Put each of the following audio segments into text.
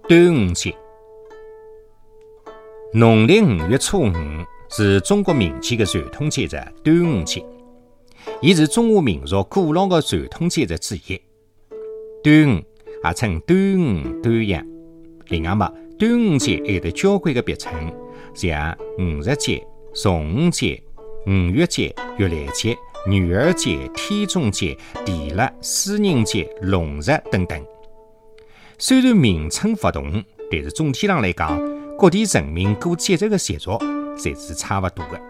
端午节。农历5月初5是中国民间的传统节日端午节，它是中华民族古老的传统节日之一。端午也称端午、端阳。另外嘛，端午节还有交关的别称，像五十节、重五节、五月节、月来节、女儿节、天中节、地腊、思人节、龙日等等。虽然名称不同，但是总体上来讲，各地人民过节日的习俗侪是差不多的。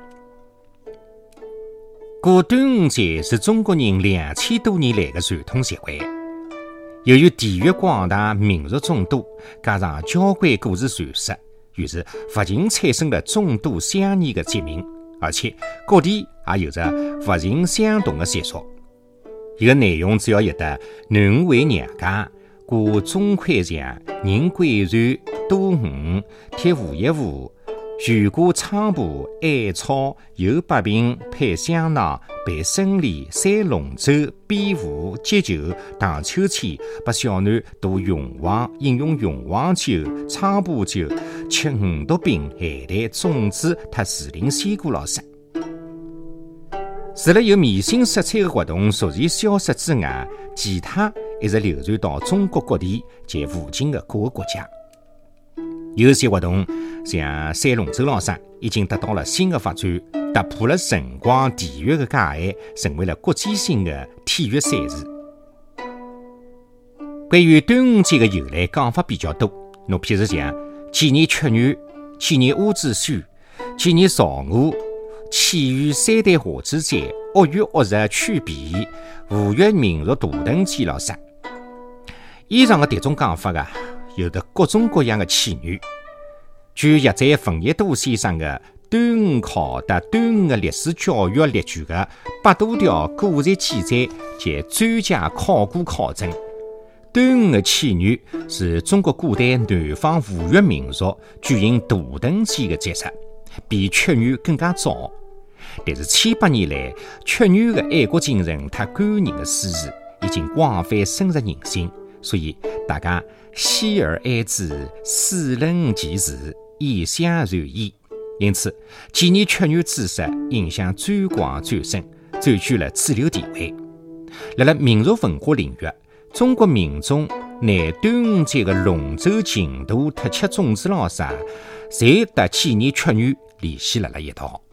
过端午节是中国人2000多年来的传统习惯。由于地域广大、民族众多，加上交关故事传说，于是不禁产生了众多相异的节命，而且各地也有着不尽相同的习俗。伊个内容主要有得囡恩回娘家、过钟馗像、迎鬼船、渡鱼、贴五一五、悬挂菖蒲、艾草、游八平、配香囊、备生理、赛龙舟、比武、接球、荡秋千，把小囡渡勇往，饮用勇往酒、菖蒲酒，吃5毒饼、咸蛋、粽子和时令鲜果老啥。除了有迷信色彩的活动逐渐消失之外，其他一直流传到中国各地及附近的各个国家。有些活动像赛龙舟老啥已经得到了新的发展，突破了辰光地域的界限，成为了国际性的体育赛事。关于端午节的由来讲法比较多，侬譬如像纪念屈原、纪念伍子胥、纪念曹娥、祈雨3代河之节、6月6日驱皮、5月民族大腾节老啥。以上的迭种讲法有的各种各样的起源。据叶在冯一多先生的端午考的端午的历史教育列举的8多条古籍记载及专家考古考证，端午的起源是中国古代南方吴越民族举行大腾节的节日，比屈原更加早。但是1800年来，屈原的爱国精神和感人的诗词已经广泛深入人心，所以大家喜而爱之，思论其事，以享然矣。因此，纪念屈原之事影响最广最深，占据了主流地位。辣民族文化领域，中国民众拿端午节的龙舟竞渡和吃粽子老啥，侪和纪念屈原联系了一道。